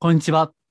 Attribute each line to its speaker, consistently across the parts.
Speaker 1: こんにちは。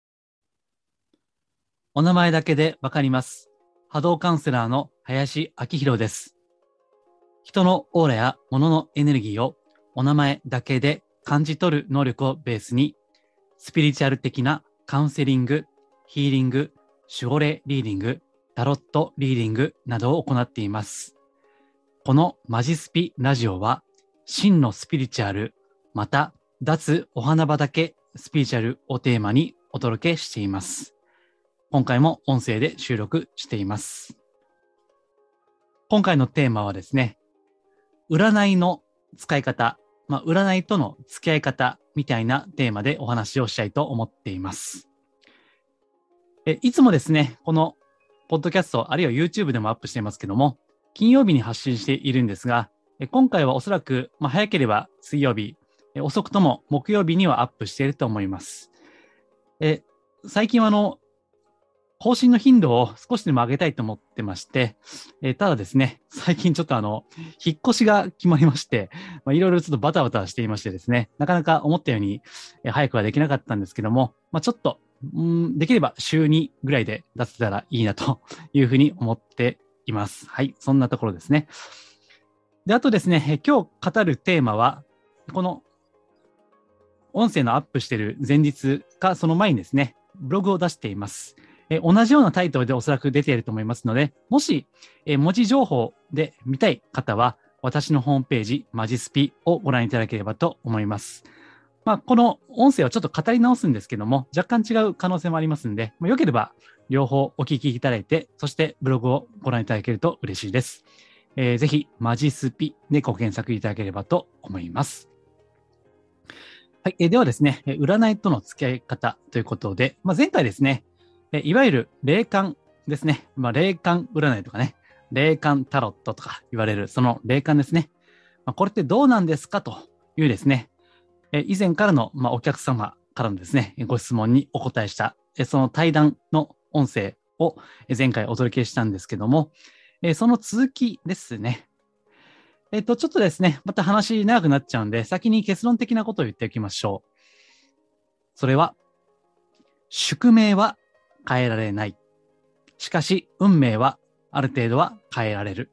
Speaker 1: お名前だけでわかります。波動カウンセラーの林明宏です。人のオーラや物のエネルギーをお名前だけで感じ取る能力をベースに、スピリチュアル的なカウンセリング、ヒーリング、守護霊リーディング、タロットリーディングなどを行っています。このマジスピラジオは、真のスピリチュアル、また脱お花畑スピリチュアルをテーマにお届けしています。今回も音声で収録しています。今回のテーマはですね、占いの使い方、占いとの付き合い方みたいなテーマでお話をしたいと思っています。いつもですね、このポッドキャストあるいは YouTube でもアップしていますけども、金曜日に発信しているんですが、今回はおそらく、早ければ水曜日、遅くとも木曜日にはアップしていると思います。最近は更新の頻度を少しでも上げたいと思ってまして、ただですね、最近ちょっと引っ越しが決まりまして、いろいろちょっとバタバタしていましてですね、なかなか思ったように早くはできなかったんですけども、ちょっと、できれば週2ぐらいで出せたらいいなというふうに思っています。はい、そんなところですね。で、あとですね、今日語るテーマは、この音声のアップしている前日かその前にですね、ブログを出しています。同じようなタイトルでおそらく出ていると思いますので、もし、文字情報で見たい方は、私のホームページ、マジスピをご覧いただければと思います。この音声をちょっと語り直すんですけども、若干違う可能性もありますので、よければ両方お聞きいただいて、そしてブログをご覧いただけると嬉しいです。ぜひ、マジスピでご検索いただければと思います。はい。ではですね、占いとの付き合い方ということで、前回ですね、いわゆる霊感ですね。霊感占いとかね、霊感タロットとか言われる、その霊感ですね。これってどうなんですかというですね、以前からの、お客様からのですね、ご質問にお答えした、その対談の音声を前回お届けしたんですけども、その続きですね。ちょっとですね、また話長くなっちゃうんで、先に結論的なことを言っておきましょう。それは、宿命は変えられない。しかし、運命はある程度は変えられる。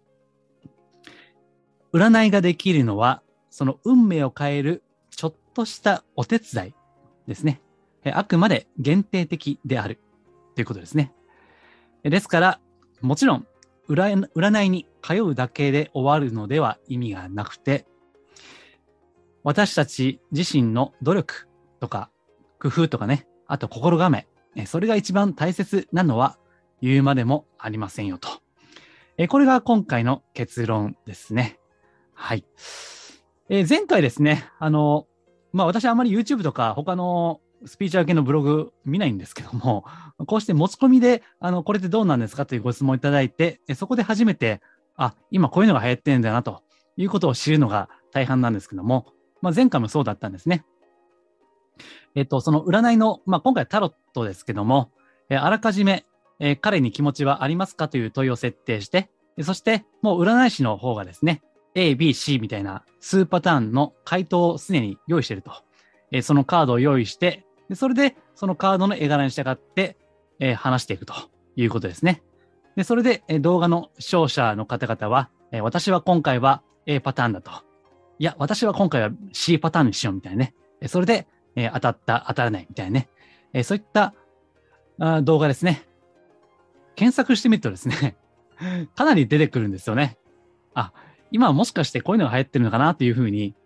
Speaker 1: 占いができるのは、その運命を変えるちょっとしたお手伝いですね。あくまで限定的であるということですね。ですから、もちろん、占いに通うだけで終わるのでは意味がなくて、私たち自身の努力とか工夫とかね、あと心構え、それが一番大切なのは言うまでもありませんよと。これが今回の結論ですね。はい。前回ですね、私あんまり YouTube とか他のスピーチャー系のブログ見ないんですけども、こうして持ち込みで、これってどうなんですかというご質問いただいて、そこで初めて、今こういうのが流行ってるんだなということを知るのが大半なんですけども、前回もそうだったんですね。その占いの、今回タロットですけども、あらかじめ、彼に気持ちはありますかという問いを設定して、そしてもう占い師の方がですね、A、B、C みたいな数パターンの回答をすでに用意していると。そのカードを用意して、それでそのカードの絵柄に従って、話していくということですね。で、それで、動画の視聴者の方々は、私は今回は A パターンだと。いや、私は今回は C パターンにしようみたいなね。それで、当たった、当たらないみたいなね。そういった動画ですね。検索してみるとですね、かなり出てくるんですよね。今はもしかしてこういうのが流行ってるのかなというふうに、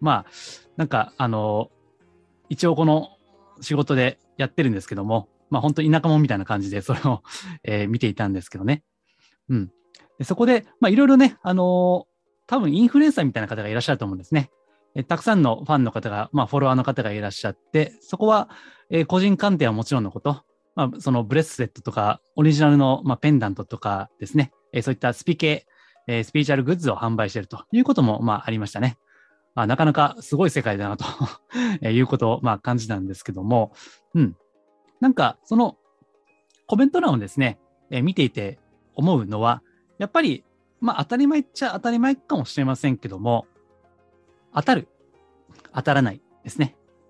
Speaker 1: 一応この仕事でやってるんですけども、本当田舎者みたいな感じでそれを、見ていたんですけどね。でそこで、いろいろね、多分インフルエンサーみたいな方がいらっしゃると思うんですね。たくさんのファンの方が、フォロワーの方がいらっしゃって、そこは、個人鑑定はもちろんのこと、そのブレスレットとか、オリジナルの、ペンダントとかですね、そういったスピ系、スピリチュアルグッズを販売しているということも、ありましたね。なかなかすごい世界だなということを、感じたんですけども、なんか、そのコメント欄をですね、見ていて思うのは、やっぱり、当たり前っちゃ当たり前かもしれませんけども、当たる、当たらないですね。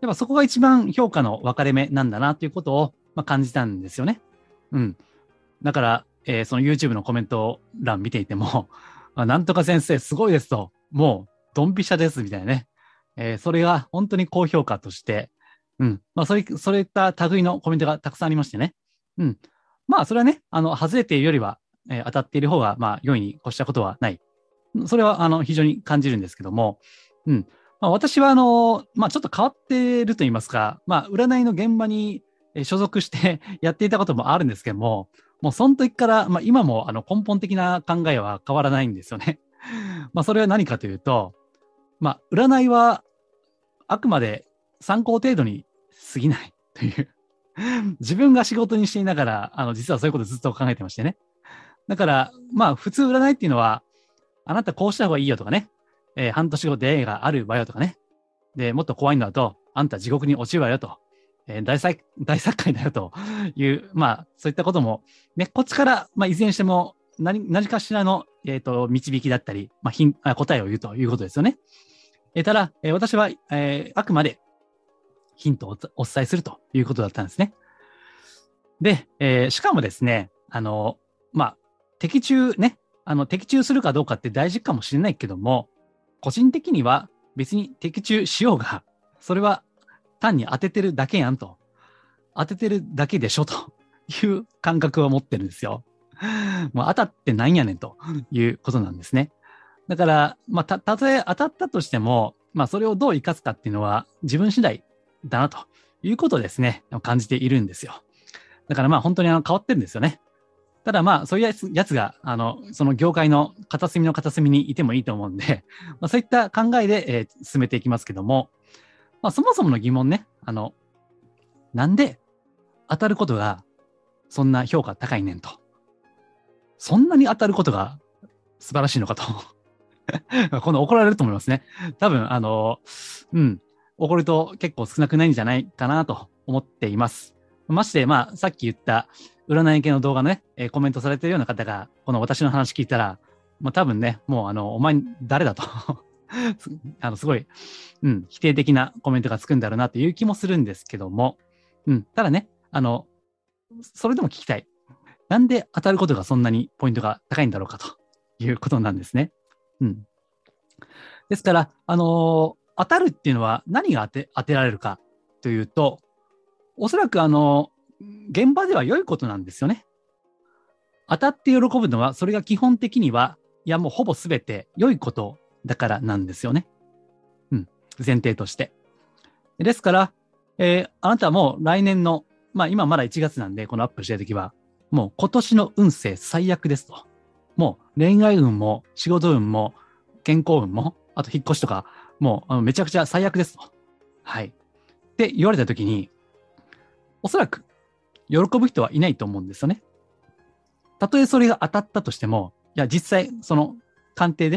Speaker 1: やっぱそこが一番評価の分かれ目なんだなということを、感じたんですよね。うん。だから、その YouTube のコメント欄見ていても、なんとか先生すごいですと、もうドンピシャですみたいなね。それが本当に高評価として、うん。そういった類のコメントがたくさんありましてね。うん。それはね、外れているよりは、当たっている方が、良いに越したことはない。それは、非常に感じるんですけども、うん。私は、ちょっと変わっていると言いますか、占いの現場に所属してやっていたこともあるんですけども、もうその時から、今も根本的な考えは変わらないんですよね。それは何かというと、占いはあくまで参考程度に過ぎないという自分が仕事にしていながら、実はそういうことずっと考えてましてね。だから、普通占いっていうのは、あなたこうした方がいいよとかね、半年後出会いがあるわよとかね。で、もっと怖いのだと、あんた地獄に落ちるわよと。大殺界だよという、そういったことも、ね、こっちから、いずれにしても何かしらの、導きだったり、答えを言うということですよね。ただ、私は、あくまでヒントをお伝えするということだったんですね。で、しかもですね、的中ね、的中するかどうかって大事かもしれないけども、個人的には別に的中しようが、それは単に当ててるだけやんと。当ててるだけでしょという感覚を持ってるんですよ。もう当たってなんやねんということなんですね。だから、たとえ当たったとしても、それをどう生かすかっていうのは自分次第だなということをですね、感じているんですよ。だから本当に変わってるんですよね。ただそういうやつが、その業界の片隅の片隅にいてもいいと思うんで、そういった考えで、進めていきますけども、そもそもの疑問ね、なんで当たることがそんな評価高いねんと。そんなに当たることが素晴らしいのかと。今度怒られると思いますね。多分、怒ると結構少なくないんじゃないかなと思っています。まして、さっき言った占い系の動画のね、コメントされているような方が、この私の話聞いたら、多分ね、もうお前誰だとすごい、否定的なコメントがつくんだろうなという気もするんですけども、ただね、それでも聞きたい。なんで当たることがそんなにポイントが高いんだろうかということなんですね。ですから、当たるっていうのは何が当てられるかというと、おそらく現場では良いことなんですよね。当たって喜ぶのは、それが基本的には、いやもうほぼ全て良いことだからなんですよね。前提として。ですから、あなたはもう来年の、今まだ1月なんで、このアップしてるときは、もう今年の運勢最悪ですと。もう恋愛運も仕事運も健康運も、あと引っ越しとか、もうめちゃくちゃ最悪ですと。はい。って言われたときに、おそらく喜ぶ人はいないと思うんですよね。たとえそれが当たったとしても、いや、実際、その鑑定で、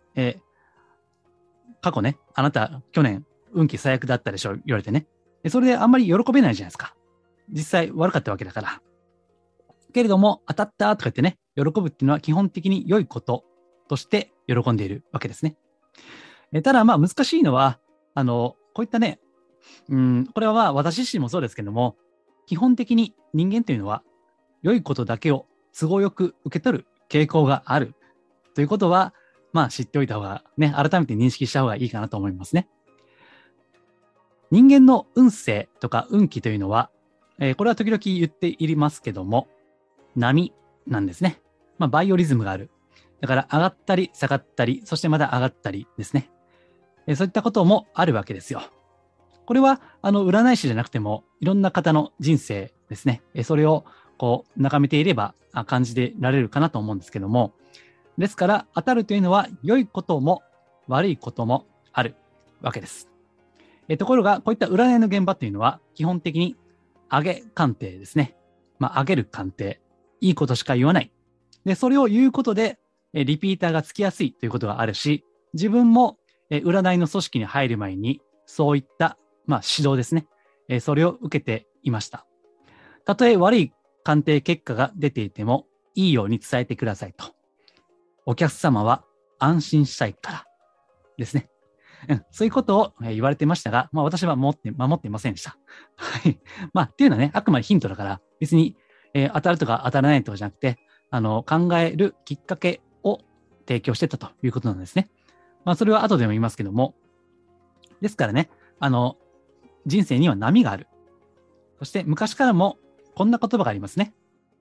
Speaker 1: 過去ね、あなた去年運気最悪だったでしょ、言われてね。それであんまり喜べないじゃないですか。実際悪かったわけだから。けれども、当たったとか言ってね、喜ぶっていうのは基本的に良いこととして喜んでいるわけですね。ただ難しいのは、こういったね、これは私自身もそうですけども、基本的に人間というのは良いことだけを都合よく受け取る傾向があるということは、知っておいた方がね、改めて認識した方がいいかなと思いますね。人間の運勢とか運気というのは、これは時々言っていますけども、波なんですね。バイオリズムがある。だから上がったり下がったり、そしてまた上がったりですね。そういったこともあるわけですよ。これは、占い師じゃなくても、いろんな方の人生ですね。それを、眺めていれば感じてられるかなと思うんですけども。ですから、当たるというのは、良いことも悪いこともあるわけです。ところが、こういった占いの現場というのは、基本的に上げ鑑定ですね。上げる鑑定。いいことしか言わない。で、それを言うことで、リピーターがつきやすいということがあるし、自分も、占いの組織に入る前に、そういった指導ですね。それを受けていました。たとえ悪い鑑定結果が出ていても、いいように伝えてくださいと。お客様は安心したいからですね。 そういうことを言われてましたが、私は守っていませんでした。はい。っていうのはね、あくまでヒントだから、別に、当たるとか当たらないとかじゃなくて、考えるきっかけを提供してたということなんですね。それは後でも言いますけども、ですからね、人生には波がある。そして昔からもこんな言葉がありますね。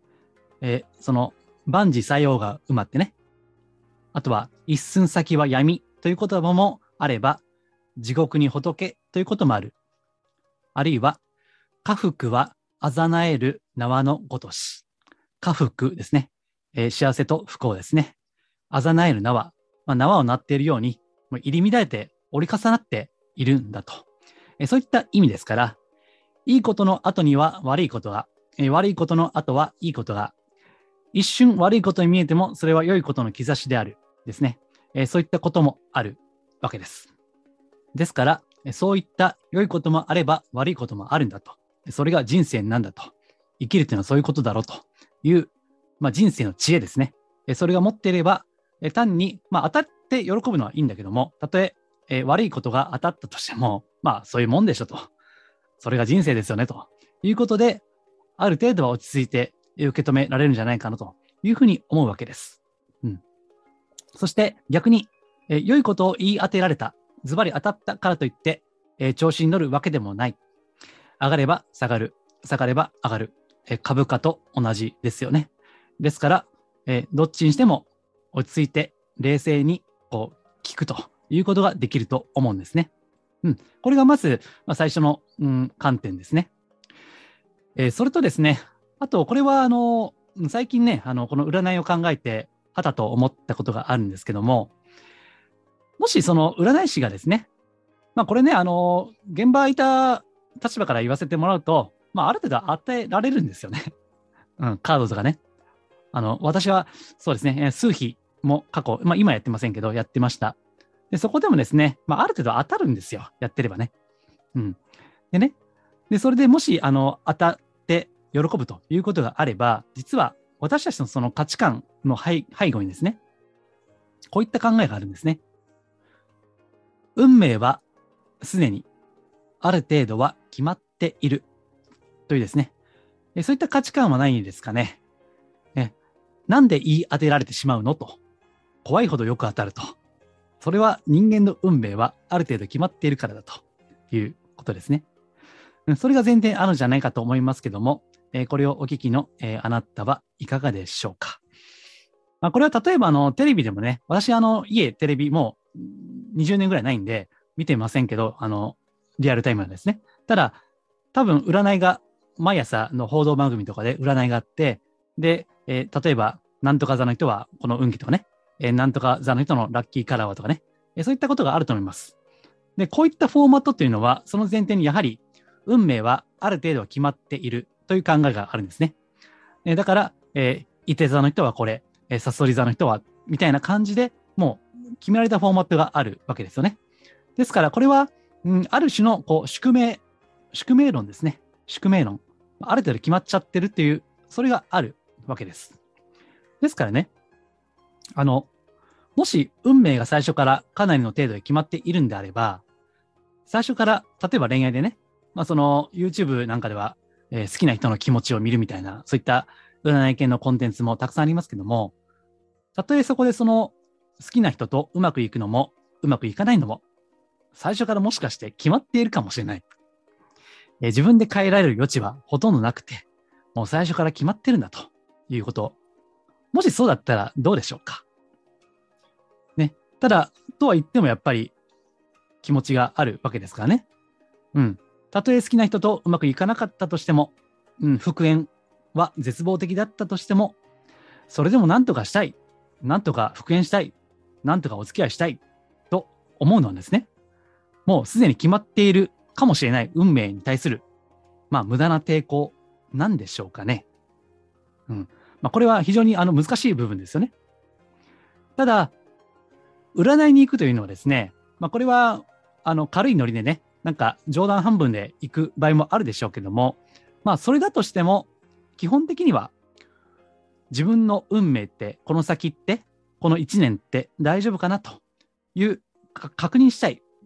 Speaker 1: 万事作用が馬ってね。あとは、一寸先は闇という言葉もあれば、地獄に仏ということもある。あるいは、家福はあざなえる縄のごとし。家福ですね。幸せと不幸ですね。あざなえる縄。縄を鳴っているように、入り乱れて折り重なっているんだと。そういった意味ですから、いいことの後には悪いことが、悪いことの後はいいことが、一瞬悪いことに見えても、それは良いことの兆しである。ですね。そういったこともあるわけです。ですから、そういった良いこともあれば悪いこともあるんだと。それが人生なんだと。生きるというのはそういうことだろうという、人生の知恵ですね。それが持っていれば、単に、当たって喜ぶのはいいんだけども、たとえ悪いことが当たったとしても、そういうもんでしょと。それが人生ですよねということで、ある程度は落ち着いて受け止められるんじゃないかなというふうに思うわけです。そして逆に、良いことを言い当てられた、ズバリ当たったからといって、調子に乗るわけでもない。上がれば下がる、下がれば上がる。株価と同じですよね。ですから、どっちにしても落ち着いて冷静に聞くということができると思うんですね。これがまず、最初の、観点ですね。それとですね、あと、これは最近ね、この占いを考えて、はたと思ったことがあるんですけども、もしその占い師がですね、これね、現場いた立場から言わせてもらうと、ある程度与えられるんですよね。カードとかね。私はそうですね、数比も過去、今やってませんけど、やってました。で、そこでもですね、ある程度当たるんですよ。やってればね。でね、それでもし、当たって喜ぶということがあれば、実は私たちのその価値観の背後にですね、こういった考えがあるんですね。運命はすでにある程度は決まっているというですね、そういった価値観はないですかね。なんで言い当てられてしまうのと。怖いほどよく当たると。それは人間の運命はある程度決まっているからだということですね。それが前提あるんじゃないかと思いますけども、これをお聞きの、あなたはいかがでしょうか。これは例えばテレビでもね、私家テレビもう20年ぐらいないんで見てませんけど、リアルタイムなんですね。ただ、多分占いが毎朝の報道番組とかで占いがあって、で、例えば、なんとか座の人はこの運気とかね、なんとか座の人のラッキーカラーはとかね、そういったことがあると思います。で、こういったフォーマットというのは、その前提にやはり、運命はある程度は決まっているという考えがあるんですね。だから、いて座の人はこれ、さそり座の人は、みたいな感じで、もう決められたフォーマットがあるわけですよね。ですから、これは、ある種の宿命論ですね。宿命論。ある程度決まっちゃってるっていう、それがあるわけです。ですからね、もし運命が最初からかなりの程度で決まっているんであれば、最初から、例えば恋愛でね、その YouTube なんかでは、好きな人の気持ちを見るみたいな、そういった占い系のコンテンツもたくさんありますけども、たとえそこでその好きな人とうまくいくのも、うまくいかないのも、最初からもしかして決まっているかもしれない。自分で変えられる余地はほとんどなくて、もう最初から決まってるんだということ。もしそうだったらどうでしょうか。ね。ただ、とは言ってもやっぱり気持ちがあるわけですからね。たとえ好きな人とうまくいかなかったとしても、復縁は絶望的だったとしても、それでも何とかしたい。何とか復縁したい。何とかお付き合いしたい。と思うのはですね、もうすでに決まっているかもしれない運命に対する、無駄な抵抗なんでしょうかね。これは非常に難しい部分ですよね。ただ、占いに行くというのはですね、これは軽いノリでね、なんか冗談半分で行く場合もあるでしょうけども、それだとしても、基本的には自分の運命って、この先って、この1年って大丈夫かなという確認したい。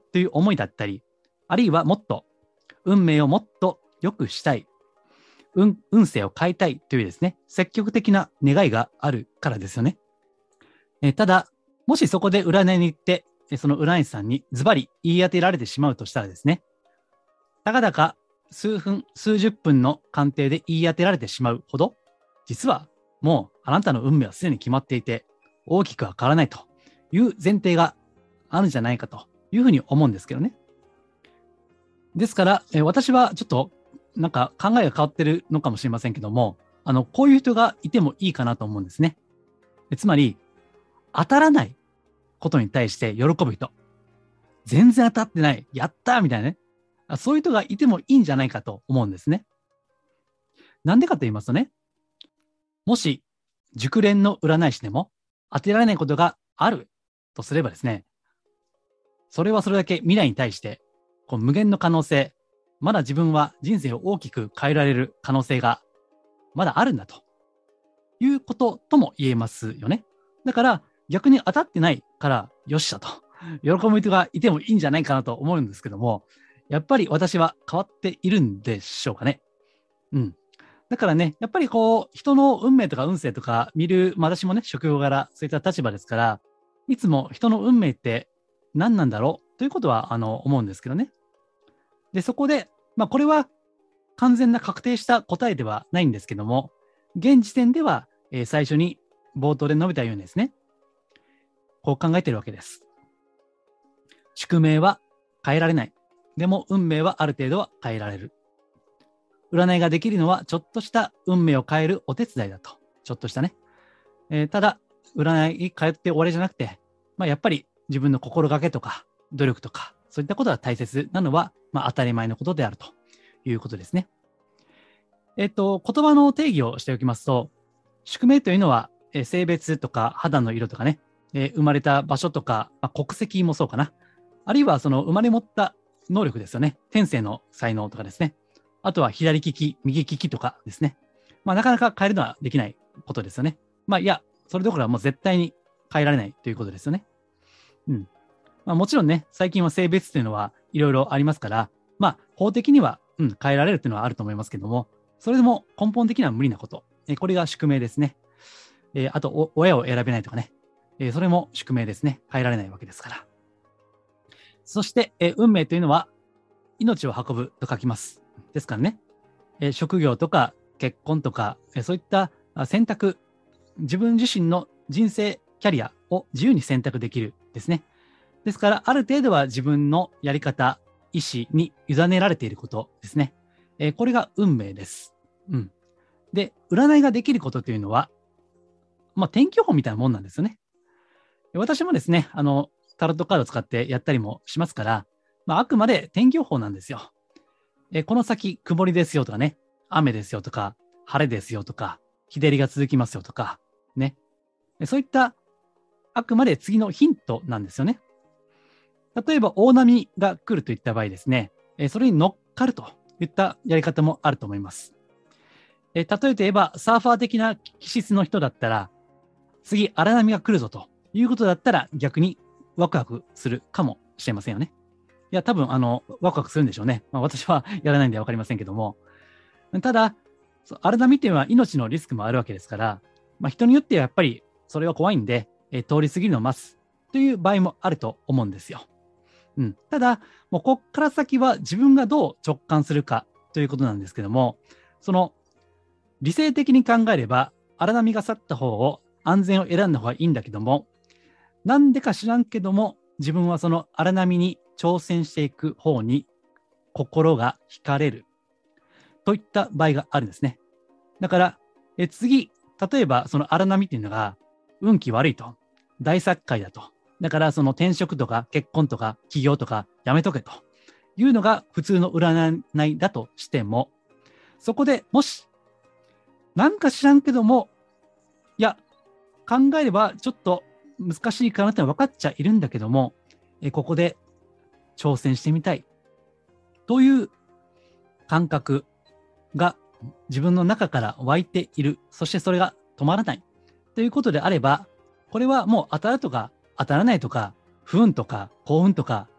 Speaker 1: という思いだったり、あるいはもっと運命をもっと良くしたい、運勢を変えたいというですね、積極的な願いがあるからですよね。ただ、もしそこで占いに行って、その占い師さんにズバリ言い当てられてしまうとしたらですね、たかだか数分、数十分の鑑定で言い当てられてしまうほど、実はもうあなたの運命はすでに決まっていて、大きくは変わらないという前提があるんじゃないかというふうに思うんですけどね。ですから、私はちょっとなんか考えが変わってるのかもしれませんけども、こういう人がいてもいいかなと思うんですね。つまり、当たらないことに対して喜ぶ人。全然当たってない。やったーみたいなね。そういう人がいてもいいんじゃないかと思うんですね。なんでかと言いますとね、もし熟練の占い師でも当てられないことがあるとすればですね、それはそれだけ未来に対して無限の可能性、まだ自分は人生を大きく変えられる可能性がまだあるんだということとも言えますよね。だから逆に当たってないからよっしゃと喜ぶ人がいてもいいんじゃないかなと思うんですけども、やっぱり私は変わっているんでしょうかね。だからね、やっぱり人の運命とか運勢とか見る、私もね、職業柄、そういった立場ですから、いつも人の運命って何なんだろうということは、思うんですけどね。で、そこで、これは完全な確定した答えではないんですけども、現時点では、最初に冒頭で述べたようにですね、こう考えているわけです。宿命は変えられない。でも運命はある程度は変えられる。占いができるのはちょっとした運命を変えるお手伝いだと。ちょっとしたね。ただ、占いに通って終わりじゃなくて、やっぱり自分の心がけとか努力とか、そういったことが大切なのは、当たり前のことであるということですね。言葉の定義をしておきますと、宿命というのは、性別とか肌の色とかね、生まれた場所とか、国籍もそうかな。あるいはその生まれ持った能力ですよね。天性の才能とかですね。あとは左利き、右利きとかですね。なかなか変えるのはできないことですよね。いや、それどころはもう絶対に変えられないということですよね。もちろんね、最近は性別というのはいろいろありますから、法的には、変えられるというのはあると思いますけども、それでも根本的には無理なこと。これが宿命ですね。あと、親を選べないとかね。それも宿命ですね。変えられないわけですから。そして、運命というのは、命を運ぶと書きます。ですからね、職業とか結婚とか、そういった選択、自分自身の人生、キャリアを自由に選択できるですね。ですから、ある程度は自分のやり方、意思に委ねられていることですね。これが運命です。で、占いができることというのは、天気予報みたいなもんなんですよね。私もですね、タロットカードを使ってやったりもしますから、あくまで天気予報なんですよ。この先、曇りですよとかね、雨ですよとか、晴れですよとか、日照りが続きますよとか、ね。そういった、あくまで次のヒントなんですよね。例えば、大波が来るといった場合ですね、それに乗っかるといったやり方もあると思います。例えて言えば、サーファー的な気質の人だったら、次、荒波が来るぞということだったら、逆にワクワクするかもしれませんよね。いや、多分、ワクワクするんでしょうね。私はやらないんでわかりませんけども。ただ、荒波っていうのは命のリスクもあるわけですから、人によってはやっぱりそれは怖いんで、通り過ぎるのを待つという場合もあると思うんですよ。ただ、もうこっから先は自分がどう直感するかということなんですけども、その理性的に考えれば、荒波が去った方を安全を選んだ方がいいんだけども、なんでか知らんけども、自分はその荒波に挑戦していく方に心が惹かれるといった場合があるんですね。だから、次、例えばその荒波っていうのが運気悪いと、大殺界だと。だからその転職とか結婚とか起業とかやめとけというのが普通の占いだとしても、そこでもし、なんか知らんけども、いや、考えればちょっと難しいかなって分かっちゃいるんだけども、ここで挑戦してみたいという感覚が自分の中から湧いている。そしてそれが止まらないということであれば、これはもう当たるとか当たらないとか、不運とか幸運とか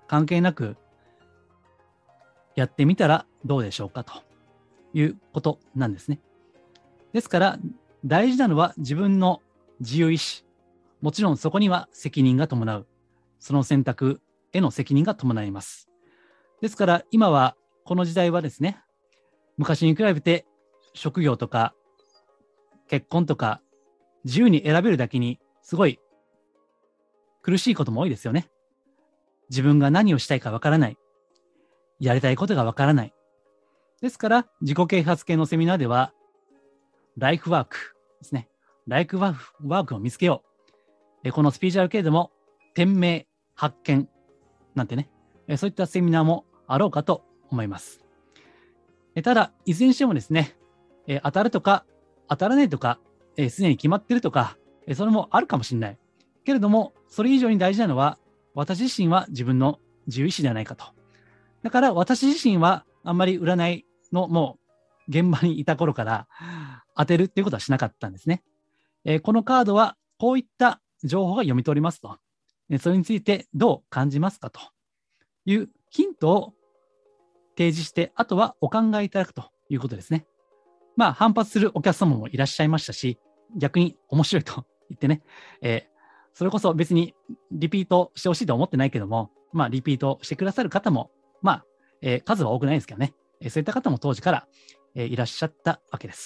Speaker 1: 関係なくやってみたらどうでしょうかということなんですね。ですから大事なのは自分の自由意志。もちろんそこには責任が伴う。その選択への責任が伴います。ですから今はこの時代はですね、昔に比べて職業とか結婚とか自由に選べるだけにすごい苦しいことも多いですよね。自分が何をしたいかわからない。やりたいことがわからない。ですから自己啓発系のセミナーではライフワークですね。ライフワークを見つけよう。このスピリチュアル系でも天命発見なんてね、そういったセミナーもあろうかと思います。ただ、いずれにしてもですね、当たるとか当たらないとか、すでに決まってるとか、それもあるかもしれない。けれども、それ以上に大事なのは、私自身は自分の自由意志ではないかと。だから私自身はあんまり占いのもう現場にいた頃から当てるっていうことはしなかったんですね。このカードはこういった情報が読み取りますと。それについてどう感じますかというヒントを提示して、あとはお考えいただくということですね。まあ反発するお客様もいらっしゃいましたし、逆に面白いと言ってね、それこそ別にリピートしてほしいと思ってないけども、まあリピートしてくださる方も、まあ、数は多くないですけどね、そういった方も当時から、いらっしゃったわけです。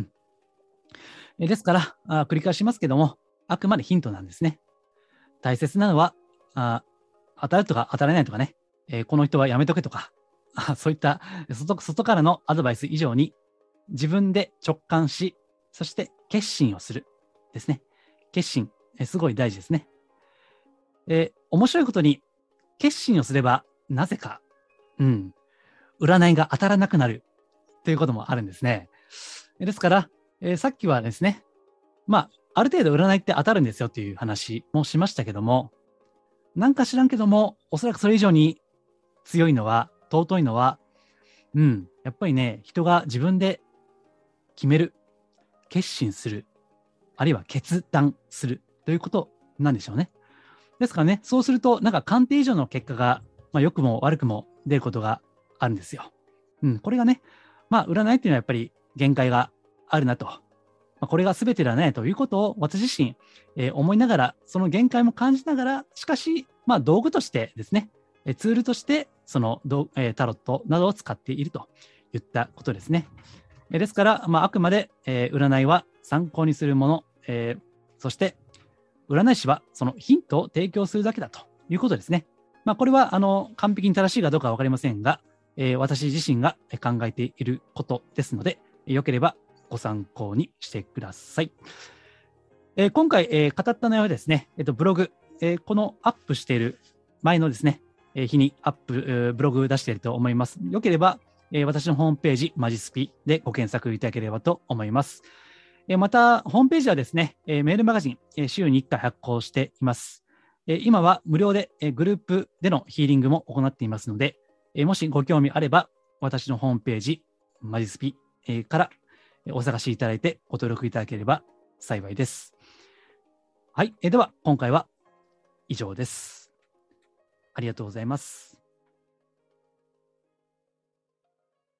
Speaker 1: ですから繰り返しますけども、あくまでヒントなんですね。大切なのは、当たるとか当たらないとかね、この人はやめとけとか、そういった外からのアドバイス以上に、自分で直感し、そして決心をするですね。決心、すごい大事ですね。面白いことに、決心をすれば、なぜか、占いが当たらなくなるということもあるんですね。ですから、さっきはですね、まあ、ある程度占いって当たるんですよっていう話もしましたけども、なんか知らんけども、おそらくそれ以上に強いのは、尊いのは、やっぱりね、人が自分で決める、決心する、あるいは決断するということなんでしょうね。ですからね、そうすると、なんか鑑定以上の結果が、良くも悪くも出ることがあるんですよ。これがね、占いっていうのはやっぱり限界があるなと。これが全てではないということを私自身、思いながら、その限界も感じながら、しかし、道具としてですね、ツールとして、そのタロットなどを使っているといったことですね。ですから、あくまで、占いは参考にするもの、そして占い師はそのヒントを提供するだけだということですね。これは完璧に正しいかどうかは分かりませんが、私自身が考えていることですので、よければご参考にしてください。今回、語った内容はですね、ブログ、このアップしている前のですね、日にブログ出していると思います。よければ、私のホームページ、マジスピでご検索いただければと思います。また、ホームページはですね、メールマガジン、週に1回発行しています。今は無料でグループでのヒーリングも行っていますので、もしご興味あれば、私のホームページ、マジスピからお探しいただいてご登録いただければ幸いです。はい。では、今回は以上です。ありがとうございます。